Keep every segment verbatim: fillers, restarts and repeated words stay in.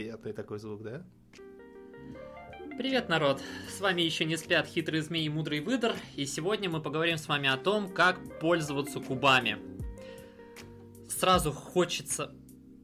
приятный такой звук, да? Привет, народ! С вами еще не спят хитрые змеи и мудрый выдр, и сегодня мы поговорим с вами о том, как пользоваться кубами. Сразу хочется...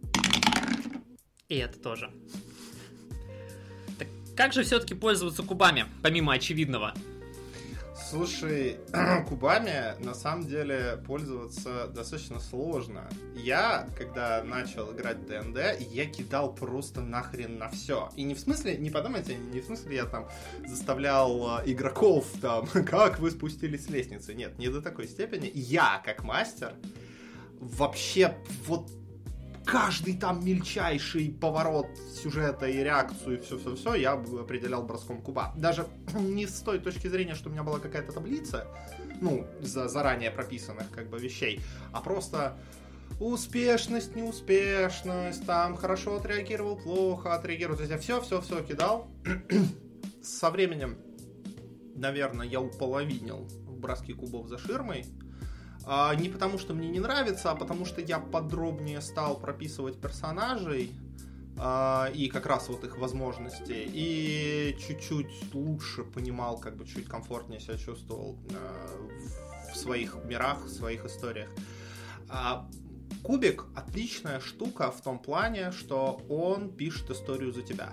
И это тоже. Так как же все-таки пользоваться кубами, помимо очевидного? Слушай, кубами на самом деле пользоваться достаточно сложно. Я, когда начал играть в ди энд ди, я кидал просто нахрен на все. И не в смысле, не подумайте, не в смысле я там заставлял игроков там, как вы спустились с лестницы. Нет, не до такой степени. Я, как мастер, вообще вот каждый там мельчайший поворот сюжета и реакцию, и все-все-все я определял броском куба. Даже не с той точки зрения, что у меня была какая-то таблица, ну, за заранее прописанных как бы вещей, а просто успешность, неуспешность, там, хорошо отреагировал, плохо отреагировал. То есть я все-все-все кидал. Со временем, наверное, я уполовинил броски кубов за ширмой. А, не потому, что мне не нравится, а потому, что я подробнее стал прописывать персонажей а, и как раз вот их возможности, и чуть-чуть лучше понимал, как бы чуть комфортнее себя чувствовал а, в своих мирах, в своих историях. А, кубик — отличная штука в том плане, что он пишет историю за тебя.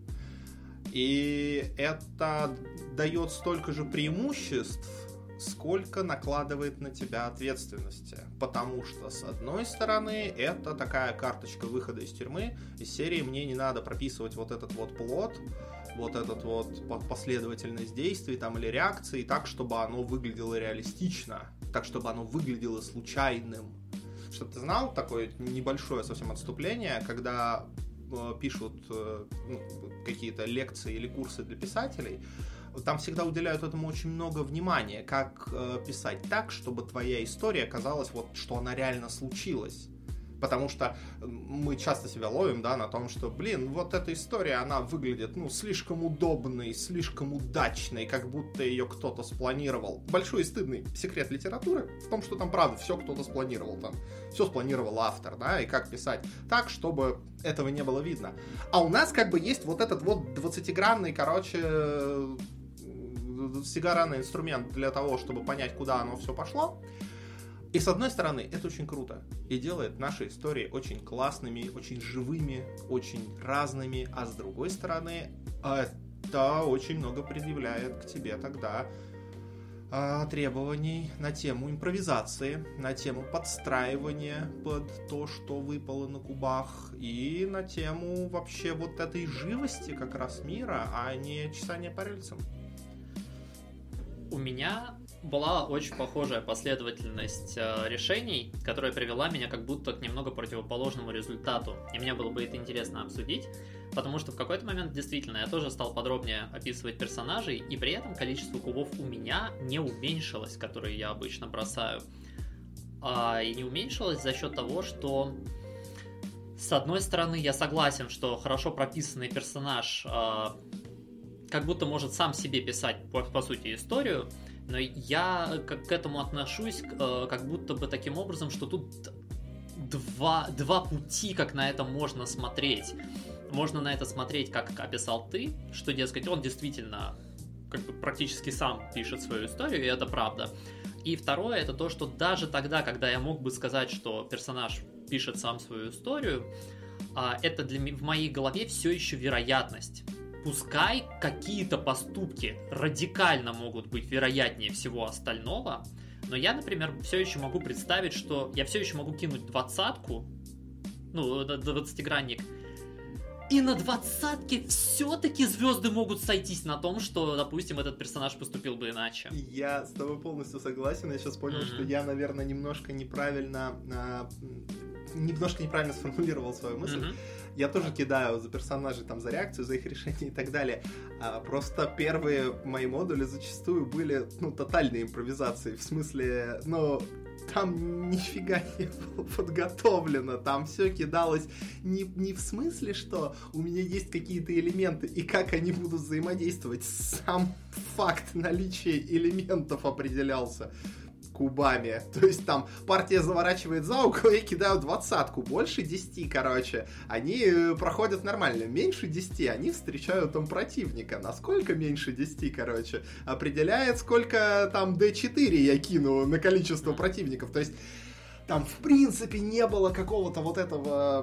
И это дает столько же преимуществ, сколько накладывает на тебя ответственности. Потому что, с одной стороны, это такая карточка выхода из тюрьмы. Из серии мне не надо прописывать вот этот вот плот, вот этот вот последовательность действий там, или реакции так, чтобы оно выглядело реалистично, так, чтобы оно выглядело случайным. Чтобы ты знал, такое небольшое совсем отступление, когда э, пишут э, ну, какие-то лекции или курсы для писателей, там всегда уделяют этому очень много внимания, как э, писать так, чтобы твоя история казалась, вот, что она реально случилась. Потому что мы часто себя ловим, да, на том, что, блин, вот эта история, она выглядит, ну, слишком удобной, слишком удачной, как будто ее кто-то спланировал. Большой и стыдный секрет литературы в том, что там, правда, все кто-то спланировал, там, все спланировал автор, да, и как писать так, чтобы этого не было видно. А у нас, как бы, есть вот этот вот двадцатигранный, короче... сигаранный инструмент для того, чтобы понять, куда оно все пошло. И с одной стороны, это очень круто и делает наши истории очень классными, очень живыми, очень разными, а с другой стороны, это очень много предъявляет к тебе тогда а, требований на тему импровизации, на тему подстраивания под то, что выпало на кубах, и на тему вообще вот этой живости как раз мира, а не чесания по рельсам. У меня была очень похожая последовательность э, решений, которая привела меня как будто к немного противоположному результату. И мне было бы это интересно обсудить, потому что в какой-то момент действительно я тоже стал подробнее описывать персонажей, и при этом количество кубов у меня не уменьшилось, которые я обычно бросаю. А, и не уменьшилось за счет того, что с одной стороны я согласен, что хорошо прописанный персонаж... Э, как будто может сам себе писать, по, по сути, историю, но я к, к этому отношусь э, как будто бы таким образом, что тут два, два пути, как на это можно смотреть. Можно на это смотреть, как описал ты, что, дескать, он действительно как бы практически сам пишет свою историю, и это правда. И второе, это то, что даже тогда, когда я мог бы сказать, что персонаж пишет сам свою историю, э, это для, в моей голове все еще вероятность. Пускай какие-то поступки радикально могут быть вероятнее всего остального, но я, например, все еще могу представить, что я все еще могу кинуть двадцатку, ну, двадцатигранник, и на двадцатке все-таки звезды могут сойтись на том, что, допустим, этот персонаж поступил бы иначе. Я с тобой полностью согласен, я сейчас понял, mm-hmm. что я, наверное, немножко неправильно... немножко неправильно сформулировал свою мысль. Mm-hmm. Я тоже кидаю за персонажей, там, за реакцию, за их решение и так далее. А, просто первые мои модули зачастую были, ну, тотальной импровизацией. В смысле, ну, там нифига не было подготовлено. Там все кидалось не, не в смысле, что у меня есть какие-то элементы и как они будут взаимодействовать. Сам факт наличия элементов определялся. кубами. То есть там партия заворачивает за угол и кидают двадцатку. Больше десяти, короче, они проходят нормально. Меньше десяти они встречают там противника. Насколько меньше десяти, короче, определяет, сколько там дэ четыре я кину на количество противников. То есть там, в принципе, не было какого-то вот этого...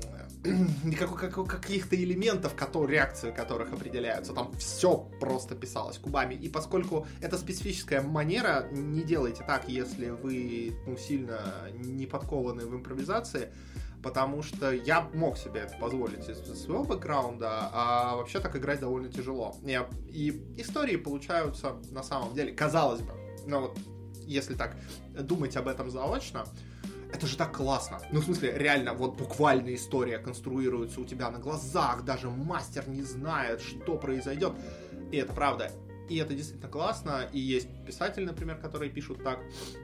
каких-то элементов, которые, реакции которых определяются. Там все просто писалось кубами. И поскольку это специфическая манера, не делайте так, если вы ну, сильно не подкованы в импровизации, потому что я мог себе это позволить из своего бэкграунда, а вообще так играть довольно тяжело. И, и истории получаются на самом деле, казалось бы, но вот если так думать об этом заочно, это же так классно. Ну, в смысле, реально, вот буквально история конструируется у тебя на глазах, даже мастер не знает, что произойдет. И это правда. И это действительно классно. И есть писатели, например, которые пишут так.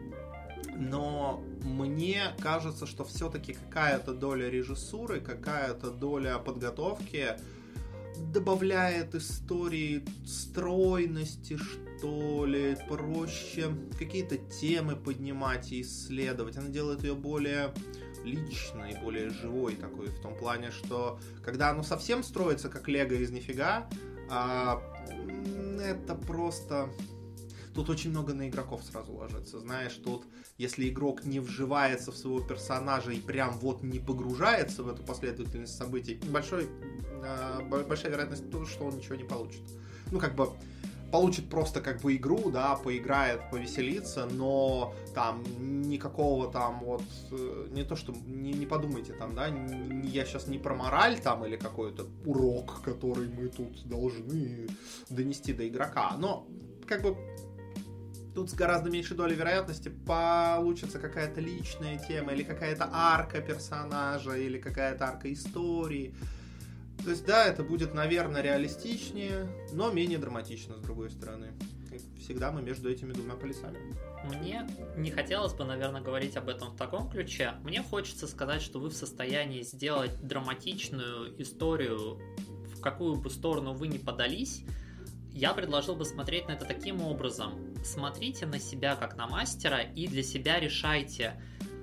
Но мне кажется, что все-таки какая-то доля режиссуры, какая-то доля подготовки добавляет истории стройности, что ли, проще какие-то темы поднимать и исследовать. Она делает ее более личной, более живой такой, в том плане, что когда оно совсем строится, как лего из нифига, а, это просто... Тут очень много на игроков сразу ложится. Знаешь, тут, если игрок не вживается в своего персонажа и прям вот не погружается в эту последовательность событий, большой, э, большая вероятность того, что он ничего не получит. Ну, как бы, получит просто как бы игру, да, поиграет, повеселится, но там никакого там вот, не то что, не, не подумайте там, да, не, я сейчас не про мораль там или какой-то урок, который мы тут должны донести до игрока, но как бы тут с гораздо меньшей долей вероятности получится какая-то личная тема или какая-то арка персонажа или какая-то арка истории. То есть, да, это будет, наверное, реалистичнее, но менее драматично, с другой стороны. Как всегда мы между этими двумя полюсами. Мне не хотелось бы, наверное, говорить об этом в таком ключе. Мне хочется сказать, что вы в состоянии сделать драматичную историю, в какую бы сторону вы ни подались. Я предложил бы смотреть на это таким образом. Смотрите на себя как на мастера и для себя решайте,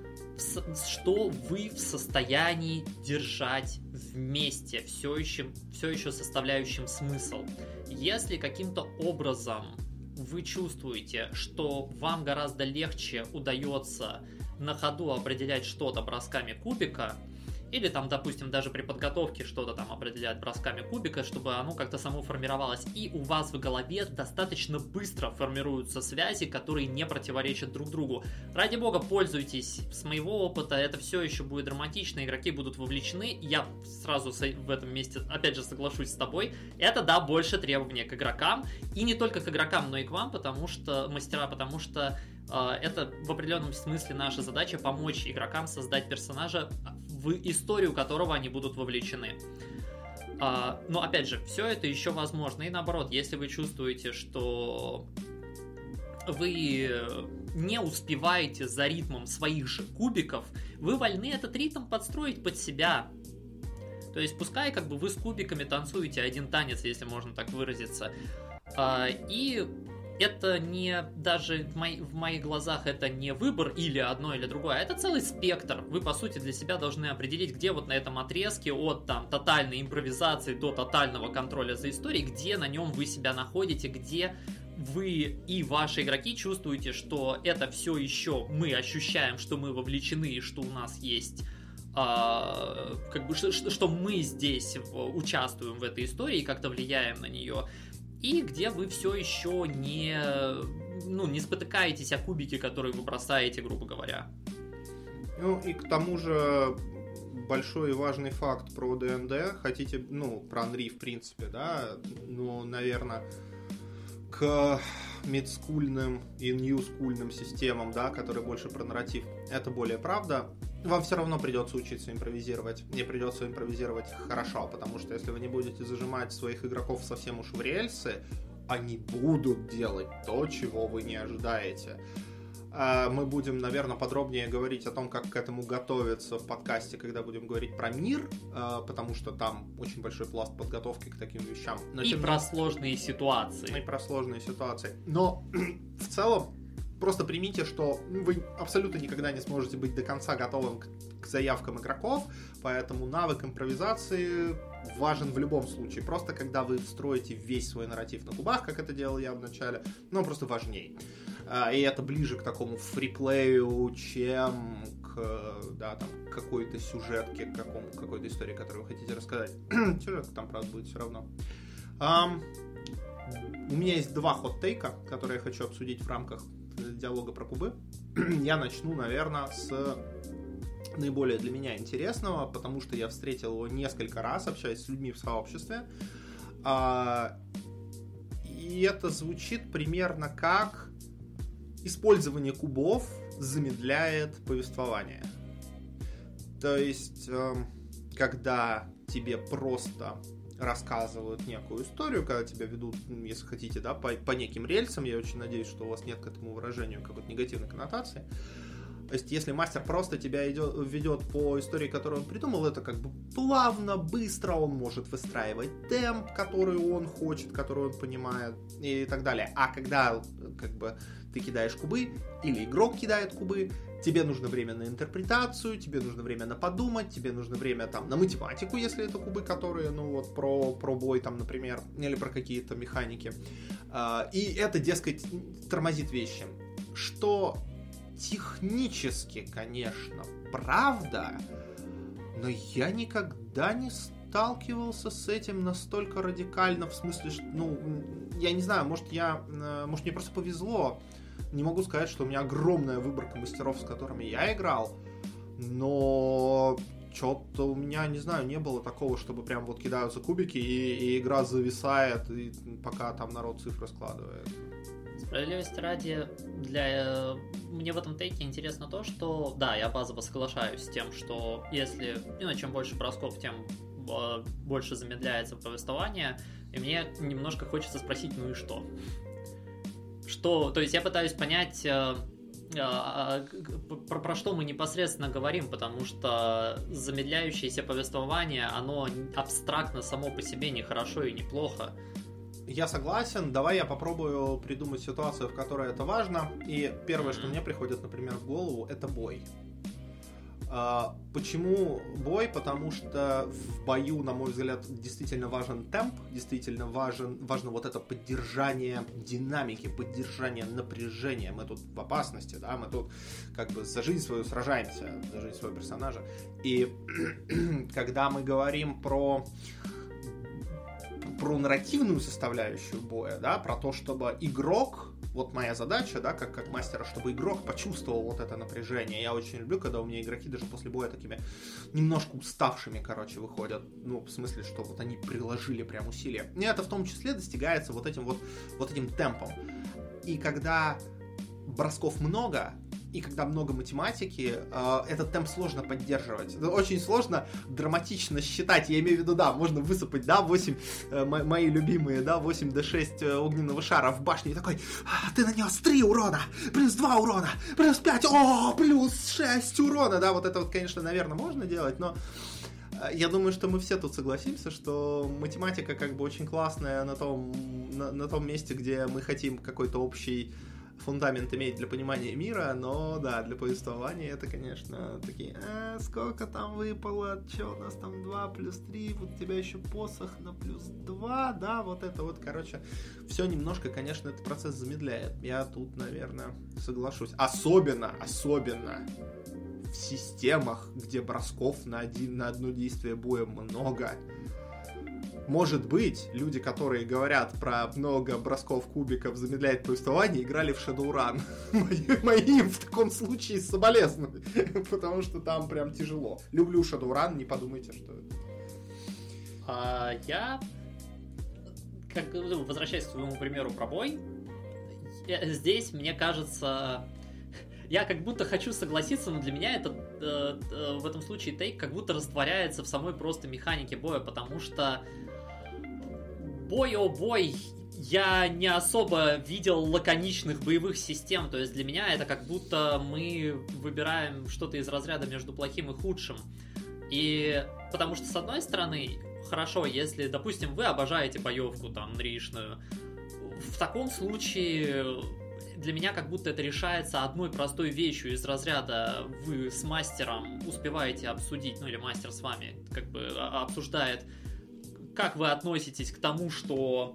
что вы в состоянии держать вместе, все еще, все еще составляющим смысл. Если каким-то образом вы чувствуете, что вам гораздо легче удается на ходу определять что-то бросками кубика, или там, допустим, даже при подготовке что-то там определять бросками кубика, чтобы оно как-то само формировалось. И у вас в голове достаточно быстро формируются связи, которые не противоречат друг другу. Ради бога, пользуйтесь. С моего опыта это все еще будет драматично, игроки будут вовлечены. Я сразу в этом месте, опять же, соглашусь с тобой. Это, да, больше требования к игрокам. И не только к игрокам, но и к вам, потому что, мастера, потому что э, это в определенном смысле наша задача помочь игрокам создать персонажа, в историю которого они будут вовлечены. А, но опять же, все это еще возможно. И наоборот, если вы чувствуете, что вы не успеваете за ритмом своих же кубиков, вы вольны этот ритм подстроить под себя. То есть пускай как бы вы с кубиками танцуете один танец, если можно так выразиться. А, и это не, даже в, мои, в моих глазах это не выбор или одно, или другое, а это целый спектр. Вы, по сути, для себя должны определить, где вот на этом отрезке от там тотальной импровизации до тотального контроля за историей, где на нем вы себя находите, где вы и ваши игроки чувствуете, что это все еще мы ощущаем, что мы вовлечены и что у нас есть... А, как бы, что, что мы здесь участвуем в этой истории и как-то влияем на нее. И где вы все еще не, ну, не спотыкаетесь о кубике, которые вы бросаете, грубо говоря. Ну и к тому же большой и важный факт про ди энд ди, хотите, ну, про эн эр и в принципе, да, ну, наверное, к мидскульным и ньюскульным системам, да, которые больше про нарратив, это более правда. Вам все равно придется учиться импровизировать. Не придется импровизировать хорошо, потому что если вы не будете зажимать своих игроков совсем уж в рельсы, они будут делать то, чего вы не ожидаете. Мы будем, наверное, подробнее говорить о том, как к этому готовиться в подкасте, когда будем говорить про мир, потому что там очень большой пласт подготовки к таким вещам. Но и про сложные ситуации. И про сложные ситуации. Но в целом просто примите, что вы абсолютно никогда не сможете быть до конца готовым к, к заявкам игроков, поэтому навык импровизации важен в любом случае. Просто когда вы строите весь свой нарратив на кубах, как это делал я в начале, ну, он просто важней. И это ближе к такому фриплею, чем к, да, там, какой-то сюжетке, к какому, какой-то истории, которую вы хотите рассказать. Сюжетка там, правда, будет все равно. Um, у меня есть два хот-тейка, которые я хочу обсудить в рамках диалога про кубы. Я начну, наверное, с наиболее для меня интересного, потому что я встретил его несколько раз, общаясь с людьми в сообществе. Uh, и это звучит примерно как использование кубов замедляет повествование. То есть, э, когда тебе просто рассказывают некую историю, когда тебя ведут, если хотите, да, по, по неким рельсам, я очень надеюсь, что у вас нет к этому выражению какой-то негативной коннотации. То есть, если мастер просто тебя идет, ведет по истории, которую он придумал, это как бы плавно, быстро, он может выстраивать темп, который он хочет, который он понимает, и так далее. А когда, как бы, ты кидаешь кубы, или игрок кидает кубы, тебе нужно время на интерпретацию, тебе нужно время на подумать, тебе нужно время там на математику, если это кубы, которые, ну вот, про, про бой там, например, или про какие-то механики. И это, дескать, тормозит вещи. Что технически, конечно, правда, но я никогда не сталкивался с этим настолько радикально, в смысле, что, ну, я не знаю, может, я, может, мне просто повезло. Не могу сказать, что у меня огромная выборка мастеров, с которыми я играл, но что-то у меня, не знаю, не было такого, чтобы прям вот кидаются кубики и, и игра зависает, и пока там народ цифры складывает. Справедливости ради, для... мне в этом тейке интересно то, что, да, я базово соглашаюсь с тем, что если, ну, чем больше бросков, тем больше замедляется повествование, и мне немножко хочется спросить, ну и что? Что, то есть я пытаюсь понять, э, э, про, про что мы непосредственно говорим, потому что замедляющееся повествование, оно абстрактно само по себе не хорошо и не плохо. Я согласен, давай я попробую придумать ситуацию, в которой это важно. И первое, mm-hmm. что мне приходит, например, в голову, это бой. А, почему бой? Потому что в бою, на мой взгляд, действительно важен темп, действительно важен, важно вот это поддержание динамики, поддержание напряжения. Мы тут в опасности, да, мы тут как бы за жизнь свою сражаемся, за жизнь своего персонажа. И когда мы говорим про... про нарративную составляющую боя, да, про то, чтобы игрок, вот моя задача, да, как, как мастера, чтобы игрок почувствовал вот это напряжение. Я очень люблю, когда у меня игроки даже после боя такими немножко уставшими, короче, выходят, ну, в смысле, что вот они приложили прям усилия. И это в том числе достигается вот этим вот, вот этим темпом. И когда бросков много, и когда много математики, э, этот темп сложно поддерживать. Очень сложно драматично считать. Я имею в виду, да, можно высыпать, да, восемь, э, мо- мои любимые, да, восемь дэ шесть э, огненного шара в башне. И такой, а, ты нанес три урона, плюс два урона, плюс пять, о, плюс шесть урона. Да, вот это вот, конечно, наверное, можно делать, но я думаю, что мы все тут согласимся, что математика как бы очень классная на том, на, на том месте, где мы хотим какой-то общий фундамент иметь для понимания мира, но да, для повествования это, конечно, такие, э, сколько там выпало, что у нас там два плюс три, вот у тебя еще посох на плюс два, да, вот это вот, короче, все немножко, конечно, этот процесс замедляет. Я тут, наверное, соглашусь. Особенно, особенно в системах, где бросков на, один, на одно действие боя много. Может быть, люди, которые говорят про много бросков кубиков замедляет повествование, играли в Shadowrun. Мои им в таком случае соболезную, потому что там прям тяжело. Люблю Shadowrun, не подумайте, что это. А, я, как, возвращаясь к своему примеру про бой, здесь, мне кажется... Я как будто хочу согласиться, но для меня это э, э, в этом случае тейк как будто растворяется в самой просто механике боя, потому что бой о бой, я не особо видел лаконичных боевых систем, то есть для меня это как будто мы выбираем что-то из разряда между плохим и худшим. И потому что, с одной стороны, хорошо, если, допустим, вы обожаете боевку там нришную, в таком случае для меня как будто это решается одной простой вещью из разряда вы с мастером успеваете обсудить, ну или мастер с вами как бы обсуждает, как вы относитесь к тому, что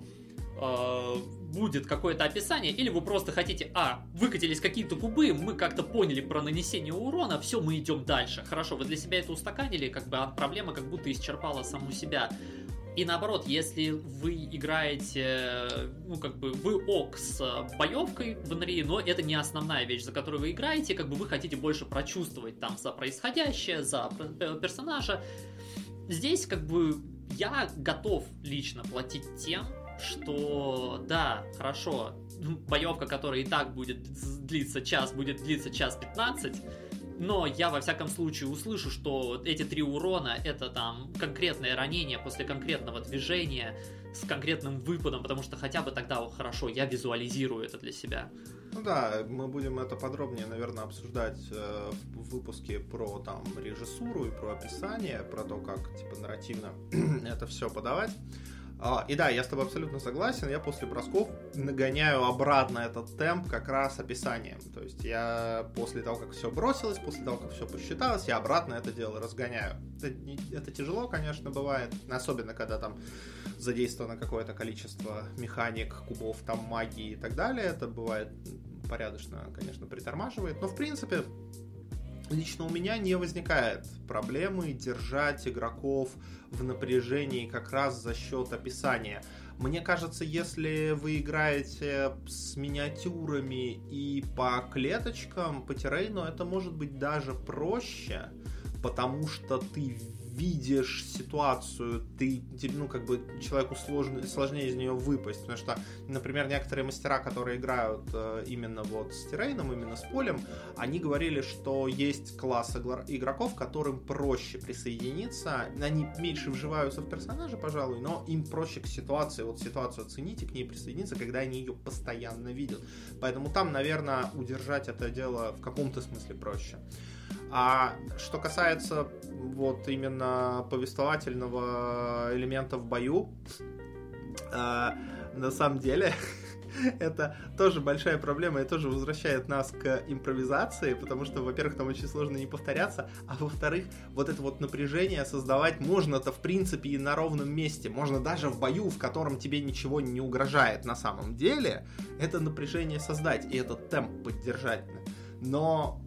э, будет какое-то описание, или вы просто хотите, а, выкатились какие-то кубы, мы как-то поняли про нанесение урона, все, мы идем дальше. Хорошо, вы для себя это устаканили, как бы проблема как будто исчерпала саму себя. И наоборот, если вы играете, ну, как бы, вы ок с боевкой в эн эр и, но это не основная вещь, за которую вы играете, как бы вы хотите больше прочувствовать там за происходящее, за персонажа. Здесь, как бы, я готов лично платить тем, что, да, хорошо, боевка, которая и так будет длиться час, будет длиться час пятнадцать, но я, во всяком случае, услышу, что эти три урона — это там конкретное ранение после конкретного движения с конкретным выпадом, потому что хотя бы тогда, о, хорошо, я визуализирую это для себя. Ну да, мы будем это подробнее, наверное, обсуждать э, в выпуске про там режиссуру и про описание, про то, как типа нарративно это все подавать. И да, я с тобой абсолютно согласен, я после бросков нагоняю обратно этот темп как раз описанием. То есть я после того, как все бросилось, после того, как все посчиталось, я обратно это дело разгоняю. Это, это тяжело, конечно, бывает, особенно когда там задействовано какое-то количество механик, кубов, там магии и так далее. Это бывает порядочно, конечно, притормаживает, но в принципе... Лично у меня не возникает проблемы держать игроков в напряжении как раз за счет описания. Мне кажется, если вы играете с миниатюрами и по клеточкам, по террейну, это может быть даже проще, потому что ты видишь ситуацию, ты, ну, как бы человеку сложно, сложнее из нее выпасть, потому что, например, некоторые мастера, которые играют э, именно вот с террейном, именно с полем, они говорили, что есть класс игроков, которым проще присоединиться, они меньше вживаются в персонажа, пожалуй, но им проще к ситуации, вот ситуацию оценить и к ней присоединиться, когда они ее постоянно видят. Поэтому там, наверное, удержать это дело в каком-то смысле проще. А что касается вот именно повествовательного элемента в бою, э, на самом деле это тоже большая проблема и тоже возвращает нас к импровизации, потому что, во-первых, там очень сложно не повторяться, а во-вторых, вот это вот напряжение создавать можно-то в принципе и на ровном месте, можно даже в бою, в котором тебе ничего не угрожает на самом деле, это напряжение создать и этот темп поддержать. Но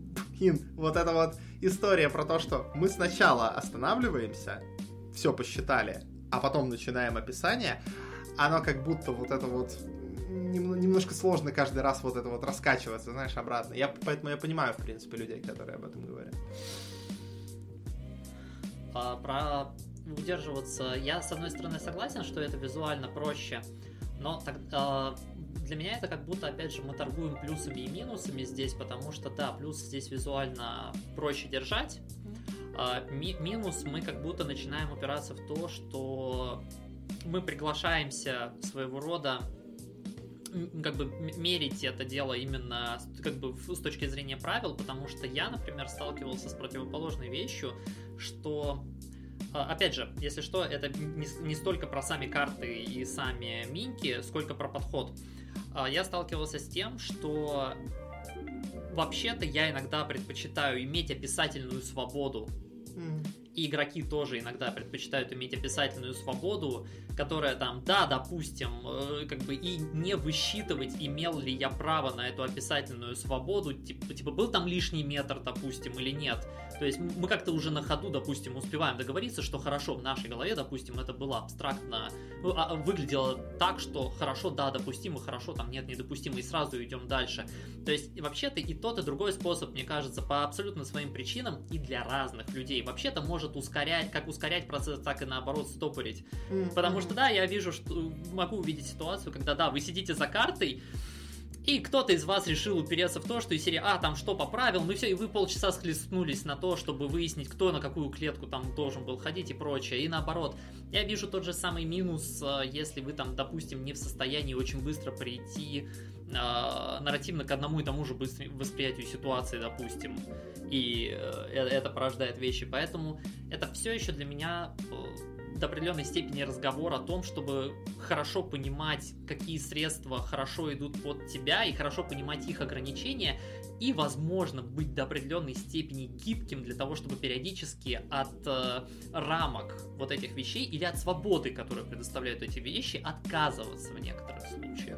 вот эта вот история про то, что мы сначала останавливаемся, все посчитали, а потом начинаем описание, оно как будто вот это вот немножко сложно каждый раз вот это вот раскачиваться, знаешь, обратно. Я, поэтому я понимаю, в принципе, людей, которые об этом говорят. А, про удерживаться, я, с одной стороны, согласен, что это визуально проще, но тогда... Для меня это как будто, опять же, мы торгуем плюсами и минусами здесь, потому что, да, плюс здесь визуально проще держать, а ми- минус мы как будто начинаем упираться в то, что мы приглашаемся своего рода как бы мерить это дело именно как бы с точки зрения правил, потому что я, например, сталкивался с противоположной вещью, что... Опять же, если что, это не, не столько про сами карты и сами миньки, сколько про подход. Я сталкивался с тем, что вообще-то я иногда предпочитаю иметь описательную свободу. Mm. И игроки тоже иногда предпочитают иметь описательную свободу, которая там, да, допустим, э, как бы и не высчитывать, имел ли я право на эту описательную свободу, типа, типа был там лишний метр, допустим, или нет. То есть мы как-то уже на ходу, допустим, успеваем договориться, что хорошо, в нашей голове, допустим, это было абстрактно, ну, а, выглядело так, что хорошо, да, допустимо, хорошо, там нет, недопустимо, и сразу идем дальше. То есть вообще-то и тот, и другой способ, мне кажется, по абсолютно своим причинам и для разных людей. Вообще-то может ускорять, как ускорять процесс, так и наоборот стопорить. Mm-hmm. Потому что, да, я вижу, что могу увидеть ситуацию, когда, да, вы сидите за картой, и кто-то из вас решил упереться в то, что из серии «А, там что поправил», ну и все, и вы полчаса схлестнулись на то, чтобы выяснить, кто на какую клетку там должен был ходить и прочее. И наоборот, я вижу тот же самый минус, если вы там, допустим, не в состоянии очень быстро прийти э, нарративно к одному и тому же восприятию ситуации, допустим. И э, это порождает вещи. Поэтому это все еще для меня до определенной степени разговор о том, чтобы хорошо понимать, какие средства хорошо идут под тебя, и хорошо понимать их ограничения, и, возможно, быть до определенной степени гибким для того, чтобы периодически от э, рамок вот этих вещей или от свободы, которую предоставляют эти вещи, отказываться в некоторых случаях.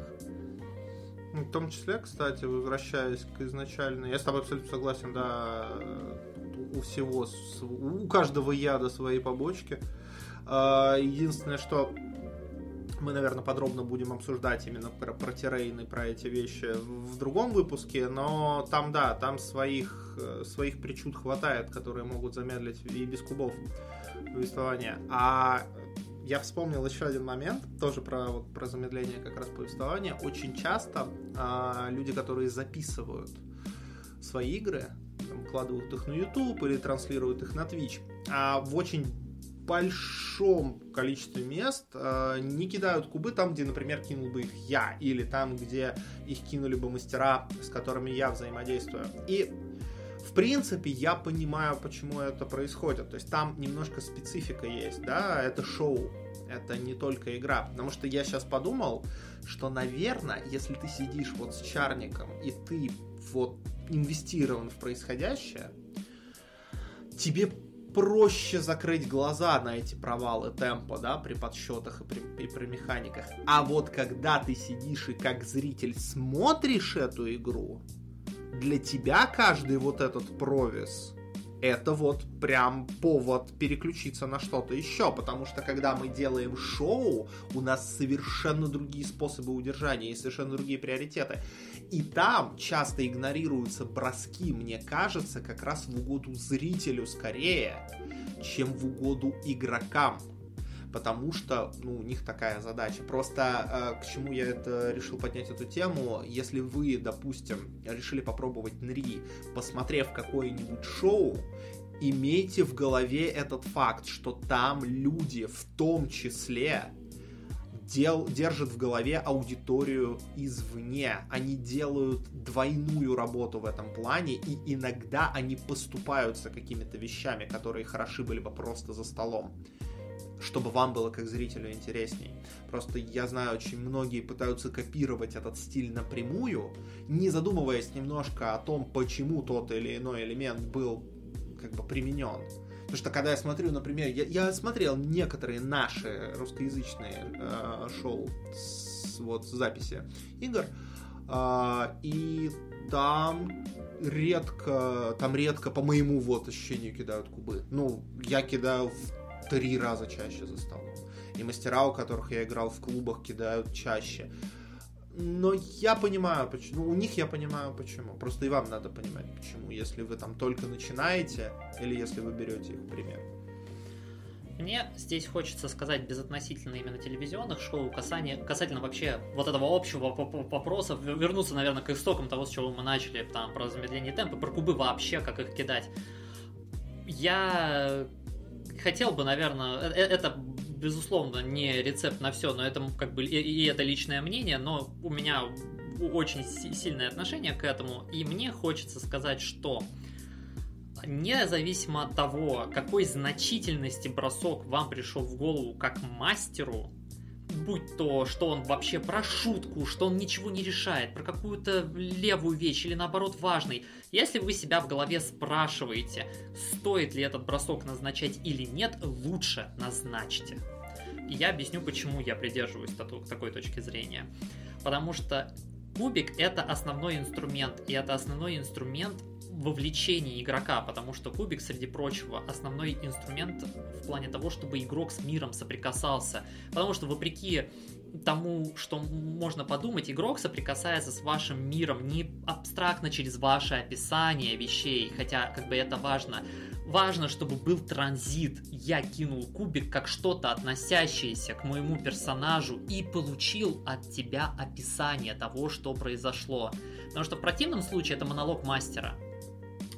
В том числе, кстати, возвращаясь к изначально, я с тобой абсолютно согласен, да, у всего, у каждого яда свои побочки. Единственное, что мы, наверное, подробно будем обсуждать именно про, про террейны, про эти вещи в другом выпуске, но там, да, там своих, своих причуд хватает, которые могут замедлить и без кубов повествования. А я вспомнил еще один момент, тоже про, вот, про замедление как раз повествования. Очень часто а, люди, которые записывают свои игры, там, кладывают их на YouTube или транслируют их на Twitch, а в очень большом количестве мест э, не кидают кубы там, где, например, кинул бы их я, или там, где их кинули бы мастера, с которыми я взаимодействую. И, в принципе, я понимаю, почему это происходит. То есть там немножко специфика есть, да, это шоу, это не только игра. Потому что я сейчас подумал, что, наверное, если ты сидишь вот с чарником, и ты вот инвестирован в происходящее, тебе проще закрыть глаза на эти провалы темпа, да, при подсчетах и при, и при механиках. А вот когда ты сидишь и как зритель смотришь эту игру, для тебя каждый вот этот провис — это вот прям повод переключиться на что-то еще, потому что когда мы делаем шоу, у нас совершенно другие способы удержания и совершенно другие приоритеты. И там часто игнорируются броски, мне кажется, как раз в угоду зрителю скорее, чем в угоду игрокам. Потому что, ну, у них такая задача. Просто э, к чему я это решил поднять эту тему, если вы, допустим, решили попробовать Нри, посмотрев какое-нибудь шоу, имейте в голове этот факт, что там люди в том числе дел, держат в голове аудиторию извне. Они делают двойную работу в этом плане, и иногда они поступаются какими-то вещами, которые хороши были бы просто за столом, чтобы вам было как зрителю интересней. Просто я знаю, очень многие пытаются копировать этот стиль напрямую, не задумываясь немножко о том, почему тот или иной элемент был как бы применен. Потому что когда я смотрю, например, я, я смотрел некоторые наши русскоязычные э, шоу с, вот, с записи игр, э, и там редко, там редко, по моему вот ощущению, кидают кубы. Ну, я кидаю в три раза чаще за столом. И мастера, у которых я играл в клубах, кидают чаще. Но я понимаю, почему. Ну, у них я понимаю, почему. Просто и вам надо понимать, почему. Если вы там только начинаете, или если вы берете их пример. Мне здесь хочется сказать безотносительно именно телевизионных шоу, касание, касательно вообще вот этого общего вопроса, вернуться, наверное, к истокам того, с чего мы начали, там, про замедление темпа, про кубы вообще, как их кидать. Я хотел бы, наверное, это, безусловно, не рецепт на все, но это как бы и, и это личное мнение, но у меня очень сильное отношение к этому, и мне хочется сказать, что независимо от того, какой значительности бросок вам пришел в голову как мастеру, будь то, что он вообще про шутку, что он ничего не решает, про какую-то левую вещь или наоборот важный, если вы себя в голове спрашиваете, стоит ли этот бросок назначать или нет, лучше назначьте. И я объясню, почему я придерживаюсь такой точки зрения. Потому что кубик — это основной инструмент, и это основной инструмент вовлечение игрока, потому что кубик, среди прочего, основной инструмент в плане того, чтобы игрок с миром соприкасался. Потому что, вопреки тому, что можно подумать, игрок соприкасается с вашим миром не абстрактно через ваше описание вещей, хотя как бы это важно. Важно, чтобы был транзит. Я кинул кубик как что-то, относящееся к моему персонажу, и получил от тебя описание того, что произошло. Потому что в противном случае это монолог мастера.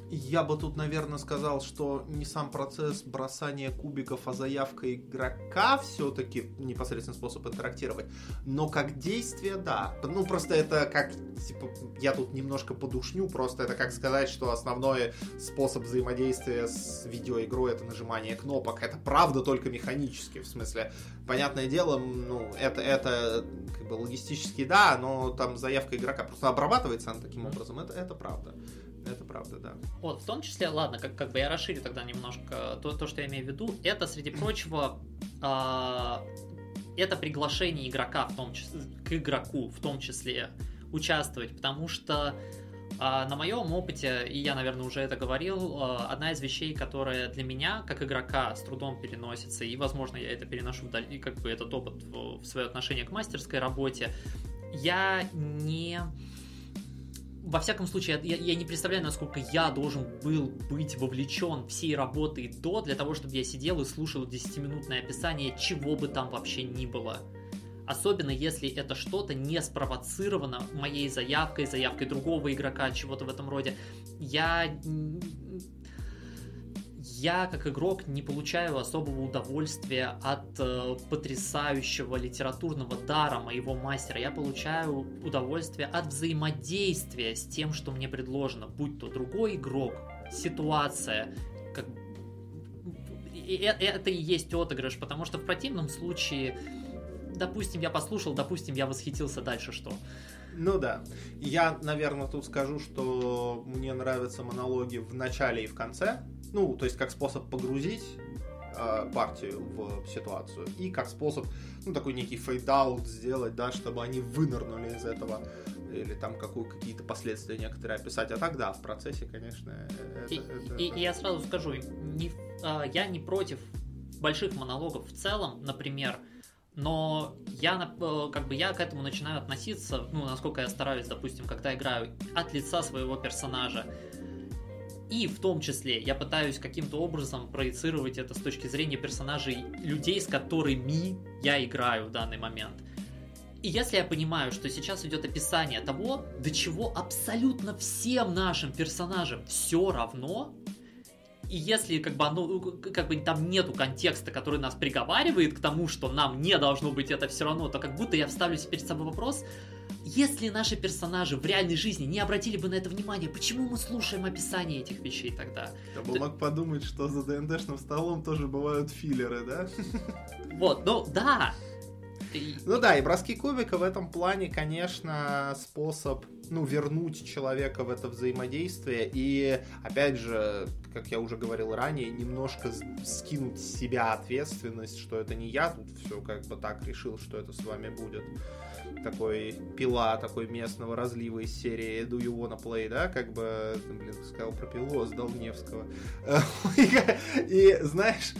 Я бы тут, наверное, сказал, что не сам процесс бросания кубиков, а заявка игрока все-таки непосредственно способ интерактировать. Но как действие, да. Ну, просто это как, типа, я тут немножко подушню, просто это как сказать, что основной способ взаимодействия с видеоигрой — это нажимание кнопок. Это правда только механически, в смысле, понятное дело, ну, это, это как бы логистически, да, но там заявка игрока просто обрабатывается она таким образом, это, это правда. Это правда, да. Вот, в том числе, ладно, как, как бы я расширю тогда немножко то, то, что я имею в виду, это, среди прочего, э, это приглашение игрока в том числе, к игроку в том числе участвовать, потому что э, на моем опыте, и я, наверное, уже это говорил, э, одна из вещей, которая для меня, как игрока, с трудом переносится, и, возможно, я это переношу вдаль, и как бы этот опыт в, в свое отношение к мастерской работе, я не... Во всяком случае, я, я не представляю, насколько я должен был быть вовлечен всей работой до, для того, чтобы я сидел и слушал десятиминутное описание, чего бы там вообще ни было. Особенно, если это что-то не спровоцировано моей заявкой, заявкой другого игрока, чего-то в этом роде. Я... Я, как игрок, не получаю особого удовольствия от э, потрясающего литературного дара моего мастера. Я получаю удовольствие от взаимодействия с тем, что мне предложено, будь то другой игрок, ситуация. Как... И это и есть отыгрыш, потому что в противном случае, допустим, я послушал, допустим, я восхитился, дальше что? Ну да. Я, наверное, тут скажу, что мне нравятся монологи в начале и в конце. Ну, то есть как способ погрузить э, партию в ситуацию и как способ, ну, такой некий фейдаут сделать, да, чтобы они вынырнули из этого или там какую, какие-то последствия некоторые описать. А так, да, в процессе, конечно, это... И, это... и, и я сразу скажу, не, э, я не против больших монологов в целом, например, но я, э, как бы я к этому начинаю относиться, ну, насколько я стараюсь, допустим, когда играю от лица своего персонажа. И в том числе я пытаюсь каким-то образом проецировать это с точки зрения персонажей, людей, с которыми я играю в данный момент. И если я понимаю, что сейчас идет описание того, до чего абсолютно всем нашим персонажам все равно, и если как бы, оно, как бы там нету контекста, который нас приговаривает к тому, что нам не должно быть это все равно, то как будто я вставлю перед собой вопрос: если наши персонажи в реальной жизни не обратили бы на это внимание, почему мы слушаем описание этих вещей тогда? Я бы мог подумать, что за ДНДшным столом тоже бывают филлеры, да? Вот, ну да. Ну да, и броски кубика в этом плане, конечно, способ, ну, вернуть человека в это взаимодействие и, опять же, как я уже говорил ранее, немножко скинуть с себя ответственность, что это не я тут все как бы так решил, что это с вами будет. Такой пила, такой местного разлива из серии Do You Wanna Play, да, как бы, блин, сказал про пилу, сдал Невского. И, знаешь,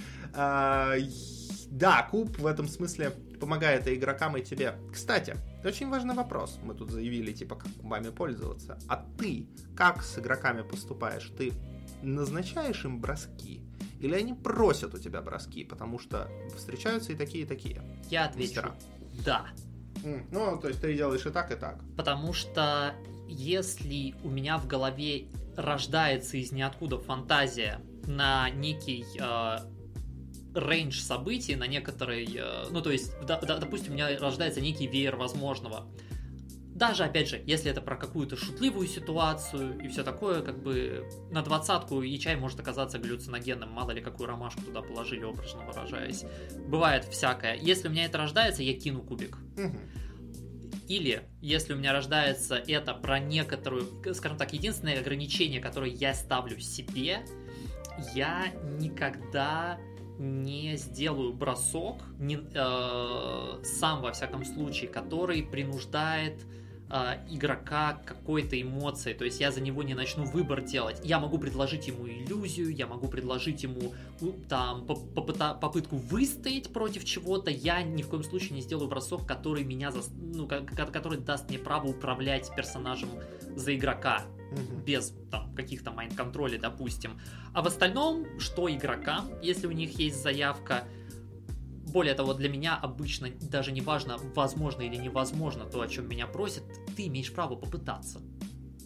да, куб в этом смысле помогает и игрокам, и тебе. Кстати, очень важный вопрос. Мы тут заявили, типа, как кубами пользоваться. А ты как с игроками поступаешь? Ты назначаешь им броски? Или они просят у тебя броски? Потому что встречаются и такие, и такие. Я отвечу да. Mm. Ну, то есть ты делаешь и так, и так. Потому что если у меня в голове рождается из ниоткуда фантазия на некий э, рейндж событий, на некоторый... Э, ну, то есть, да, да, допустим, у меня рождается некий веер возможного. Даже, опять же, если это про какую-то шутливую ситуацию и все такое, как бы на двадцатку и чай может оказаться галлюциногенным, мало ли какую ромашку туда положили, образно выражаясь. Бывает всякое. Если у меня это рождается, я кину кубик. Угу. Или, если у меня рождается это про некоторую, скажем так, единственное ограничение, которое я ставлю себе, я никогда не сделаю бросок, не, э, сам во всяком случае, который принуждает э, игрока к какой-то эмоции, то есть я за него не начну выбор делать. Я могу предложить ему иллюзию, я могу предложить ему там попыта- попытку выстоять против чего-то, я ни в коем случае не сделаю бросок, который меня, за, ну, который даст мне право управлять персонажем за игрока. Угу. Без там каких-то майнд-контролей, допустим. А в остальном, что игрокам, если у них есть заявка, более того, для меня обычно даже не важно, возможно или невозможно то, о чем меня просят, ты имеешь право попытаться.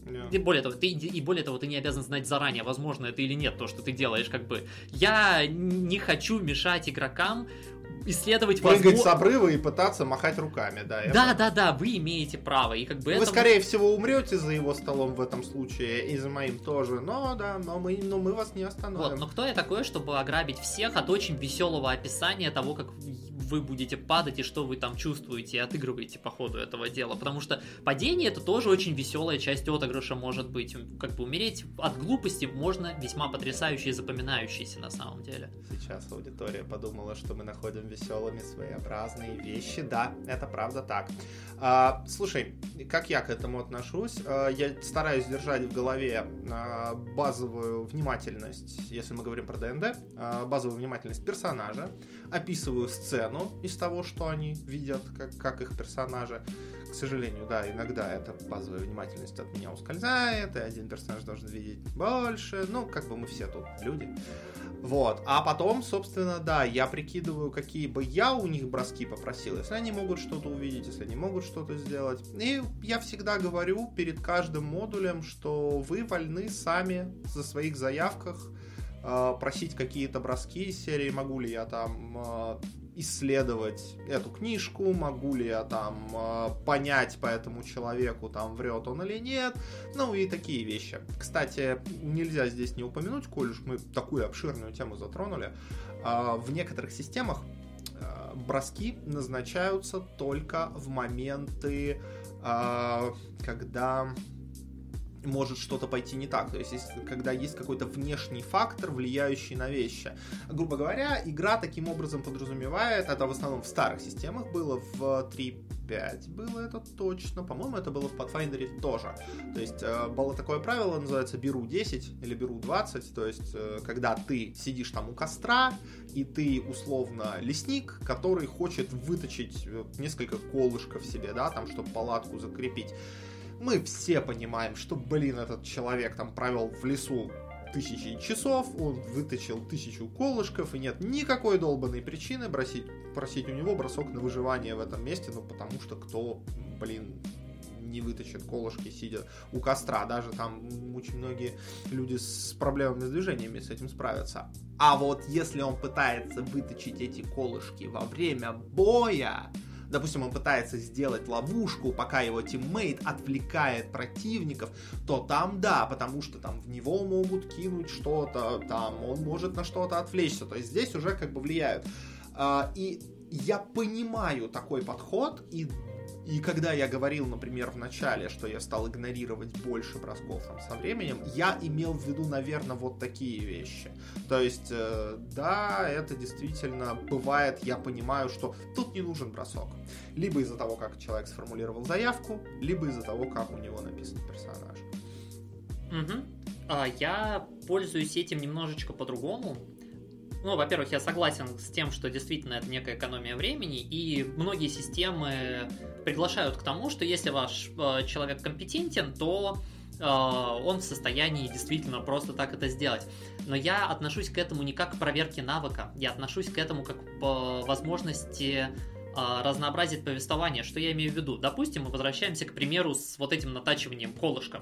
Yeah. И более того, ты, и более того, ты не обязан знать заранее, возможно это или нет, то, что ты делаешь, как бы. Я не хочу мешать игрокам исследовать прыгать возможно... с обрыва и пытаться махать руками, да. Да, да, да, вы имеете право. И как бы вы, это... скорее всего, умрете за его столом в этом случае, и за моим тоже, но да, но мы, но мы вас не остановим. Вот, но кто я такой, чтобы ограбить всех от очень веселого описания того, как вы будете падать и что вы там чувствуете и отыгрываете по ходу этого дела. Потому что падение — это тоже очень веселая часть отыгрыша может быть. Как бы умереть от глупости можно весьма потрясающе и запоминающейся на самом деле. Сейчас аудитория подумала, что мы находим веселыми своеобразные вещи. Да, это правда так. А, слушай, как я к этому отношусь? А, я стараюсь держать в голове а, базовую внимательность, если мы говорим про ди энд ди, а, базовую внимательность персонажа, описываю сцену из того, что они видят, как, как их персонажи. К сожалению, да, иногда эта базовая внимательность от меня ускользает, и один персонаж должен видеть больше. Ну, как бы мы все тут люди. Вот. А потом, собственно, да, я прикидываю, какие бы я у них броски попросил, если они могут что-то увидеть, если они могут что-то сделать. И я всегда говорю перед каждым модулем, что вы вольны сами за своих заявках э, просить какие-то броски из серии, могу ли я там э, исследовать эту книжку, могу ли я там э, понять по этому человеку, там врет он или нет, ну и такие вещи. Кстати, нельзя здесь не упомянуть, коль уж мы такую обширную тему затронули, э, в некоторых системах э, броски назначаются только в моменты, э, когда может что-то пойти не так, то есть, есть когда есть какой-то внешний фактор, влияющий на вещи. Грубо говоря, игра таким образом подразумевает, это в основном в старых системах было, в три пять было это точно, по-моему, это было в Pathfinder тоже. То есть было такое правило, называется беру десять или беру двадцать, то есть когда ты сидишь там у костра, и ты условно лесник, который хочет выточить несколько колышков себе, да, там, чтобы палатку закрепить. Мы все понимаем, что, блин, этот человек там провел в лесу тысячи часов, он выточил тысячу колышков, и нет никакой долбанной причины бросить, просить у него бросок на выживание в этом месте, ну, потому что кто, блин, не выточит колышки, сидя у костра. Даже там очень многие люди с проблемами с движениями с этим справятся. А вот если он пытается выточить эти колышки во время боя, допустим, он пытается сделать ловушку, пока его тиммейт отвлекает противников, то там да, потому что там в него могут кинуть что-то, там он может на что-то отвлечься, то есть здесь уже как бы влияют. И я понимаю такой подход, и И когда я говорил, например, в начале, что я стал игнорировать больше бросков там, со временем, я имел в виду, наверное, вот такие вещи. То есть, э, да, это действительно бывает, я понимаю, что тут не нужен бросок. Либо из-за того, как человек сформулировал заявку, либо из-за того, как у него написан персонаж. Угу. А, я пользуюсь этим немножечко по-другому. Ну, во-первых, я согласен с тем, что действительно это некая экономия времени, и многие системы приглашают к тому, что если ваш э, человек компетентен, то э, он в состоянии действительно просто так это сделать. Но я отношусь к этому не как к проверке навыка, я отношусь к этому как к возможности э, разнообразить повествование. Что я имею в виду? Допустим, мы возвращаемся к примеру с вот этим натачиванием колышков.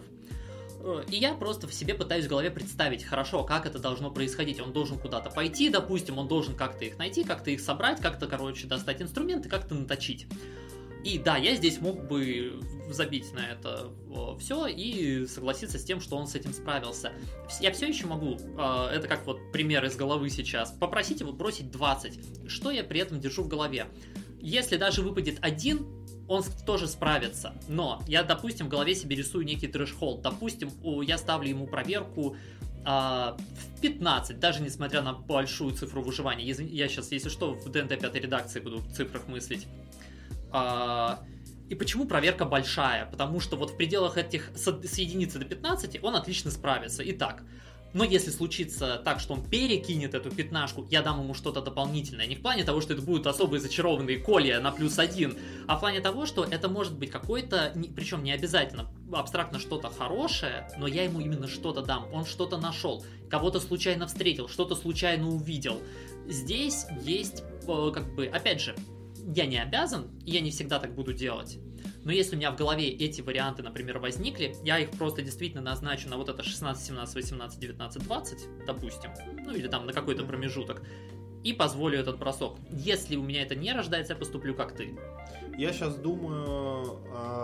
И я просто в себе пытаюсь в голове представить, хорошо, как это должно происходить. Он должен куда-то пойти, допустим, он должен как-то их найти, как-то их собрать, как-то, короче, достать инструменты, как-то наточить. И да, я здесь мог бы забить на это все и согласиться с тем, что он с этим справился. Я все еще могу, это как вот пример из головы сейчас, попросить его бросить двадцать. Что я при этом держу в голове? Если даже выпадет один, он тоже справится. Но я, допустим, в голове себе рисую некий трэш-холд. Допустим, я ставлю ему проверку а, в пятнадцать, даже несмотря на большую цифру выживания. Я сейчас, если что, в ди энд ди пятой редакции буду в цифрах мыслить. А, и почему проверка большая? Потому что вот в пределах этих с, с единицы до пятнадцати он отлично справится. Итак, но если случится так, что он перекинет эту пятнашку, я дам ему что-то дополнительное. Не в плане того, что это будут особые зачарованные колья на плюс один, а в плане того, что это может быть какой-то, причем не обязательно абстрактно что-то хорошее, но я ему именно что-то дам. Он что-то нашел, кого-то случайно встретил, что-то случайно увидел. Здесь есть, как бы, опять же, я не обязан, я не всегда так буду делать. Но если у меня в голове эти варианты, например, возникли, я их просто действительно назначу на вот это шестнадцать, семнадцать, восемнадцать, девятнадцать, двадцать, допустим, ну или там на какой-то промежуток, и позволю этот бросок. Если у меня это не рождается, я поступлю как ты. Я сейчас думаю,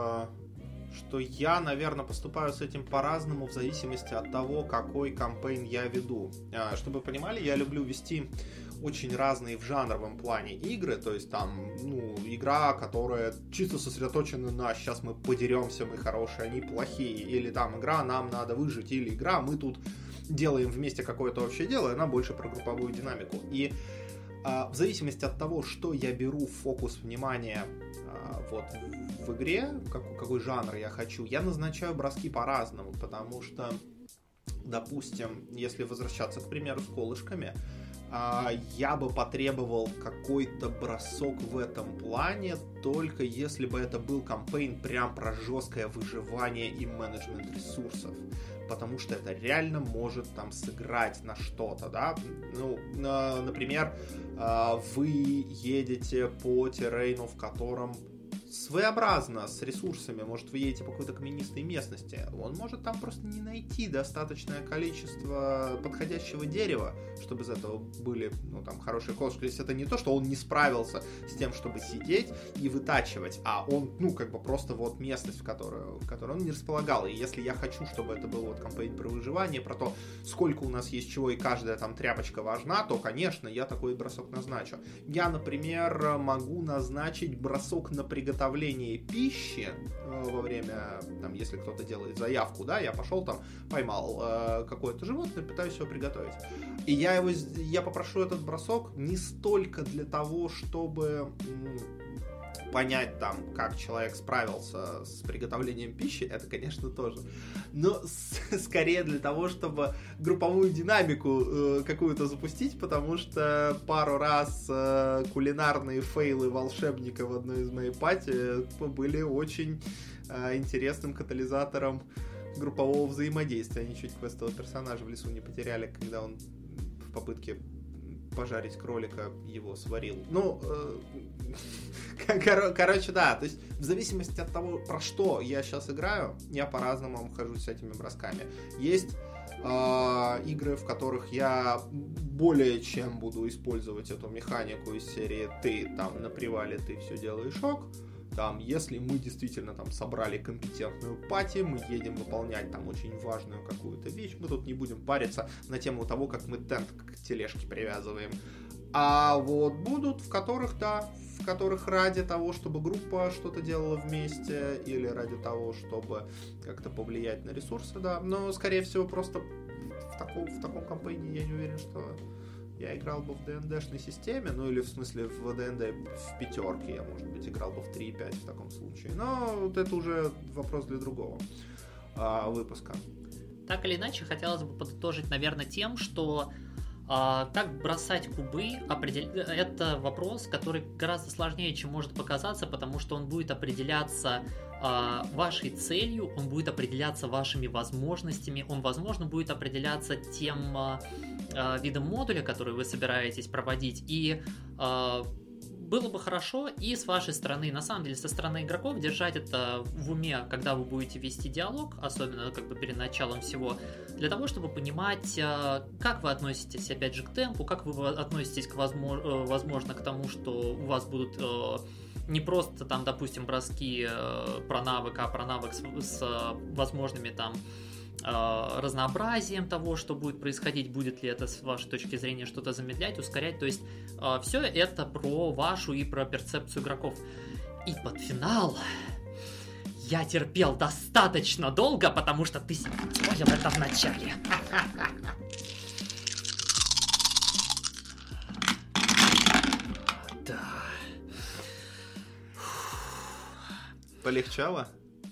что я, наверное, поступаю с этим по-разному в зависимости от того, какой кампейн я веду. Чтобы вы понимали, я люблю вести очень разные в жанровом плане игры, то есть там, ну, игра, которая чисто сосредоточена на «сейчас мы подеремся, мы хорошие, они плохие», или там игра «нам надо выжить», или игра «мы тут делаем вместе какое-то общее дело», и она больше про групповую динамику. И а, в зависимости от того, что я беру в фокус внимания а, вот в, в игре, какой, какой жанр я хочу, я назначаю броски по-разному, потому что, допустим, если возвращаться, к примеру, с колышками, я бы потребовал какой-то бросок в этом плане, только если бы это был кампейн прям про жесткое выживание и менеджмент ресурсов. Потому что это реально может там сыграть на что-то, да. Ну, например, вы едете по террейну, в котором своеобразно с ресурсами, может, вы едете по какой-то каменистой местности, он может там просто не найти достаточное количество подходящего дерева, чтобы из этого были, ну, там, хорошие колышки. То есть это не то, что он не справился с тем, чтобы сидеть и вытачивать, а он, ну, как бы просто вот местность, в которую, в которую он не располагал. И если я хочу, чтобы это был вот кампейн про выживание, про то, сколько у нас есть чего и каждая там тряпочка важна, то, конечно, я такой бросок назначу. Я, например, могу назначить бросок на приготовление пищи во время, там, если кто-то делает заявку, да, я пошел там, поймал э, какое-то животное, пытаюсь его приготовить. И я его, я попрошу этот бросок не столько для того, чтобы м- понять там, как человек справился с приготовлением пищи, это, конечно, тоже, но с- скорее для того, чтобы групповую динамику э, какую-то запустить, потому что пару раз э, кулинарные фейлы волшебника в одной из моей пати были очень э, интересным катализатором группового взаимодействия. Они чуть квестового персонажа в лесу не потеряли, когда он в попытке пожарить кролика его сварил. Ну, э, кор- короче, да, то есть в зависимости от того, про что я сейчас играю, я по-разному обхожусь с этими бросками. Есть э, игры, в которых я более чем буду использовать эту механику из серии «ты там на привале, ты все делаешь ок». Там, если мы действительно там собрали компетентную пати, мы едем выполнять там очень важную какую-то вещь, мы тут не будем париться на тему того, как мы тент к тележке привязываем. А вот будут, в которых, да, в которых ради того, чтобы группа что-то делала вместе, или ради того, чтобы как-то повлиять на ресурсы, да. Но, скорее всего, просто в таком, в таком кампейне я не уверен, что я играл бы в ди энд ди-шной системе, ну или в смысле в ди энд ди в пятерке, я, может быть, играл бы в три и пять в таком случае. Но вот это уже вопрос для другого а, выпуска. Так или иначе, хотелось бы подытожить, наверное, тем, что а, как бросать кубы, определ... это вопрос, который гораздо сложнее, чем может показаться, потому что он будет определяться а, вашей целью, он будет определяться вашими возможностями, он, возможно, будет определяться тем а, а, видом модуля, который вы собираетесь проводить, и а, было бы хорошо и с вашей стороны, на самом деле, со стороны игроков держать это в уме, когда вы будете вести диалог, особенно как бы перед началом всего, для того, чтобы понимать, как вы относитесь, опять же, к темпу, как вы относитесь, к возможно, возможно к тому, что у вас будут не просто там, допустим, броски про навык, а про навык с, с возможными там разнообразием того, что будет происходить, будет ли это с вашей точки зрения что-то замедлять, ускорять, то есть все это про вашу и про перцепцию игроков. И под финал я терпел достаточно долго, потому что ты спорил это в начале. Да. Полегчало?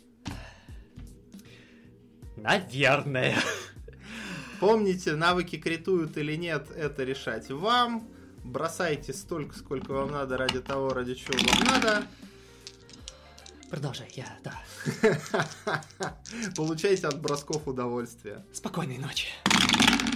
Наверное. Помните, навыки критуют или нет, это решать вам. Бросайте столько, сколько вам надо, ради того, ради чего вам надо. Продолжай, я, да. Получайте от бросков удовольствие. Спокойной ночи.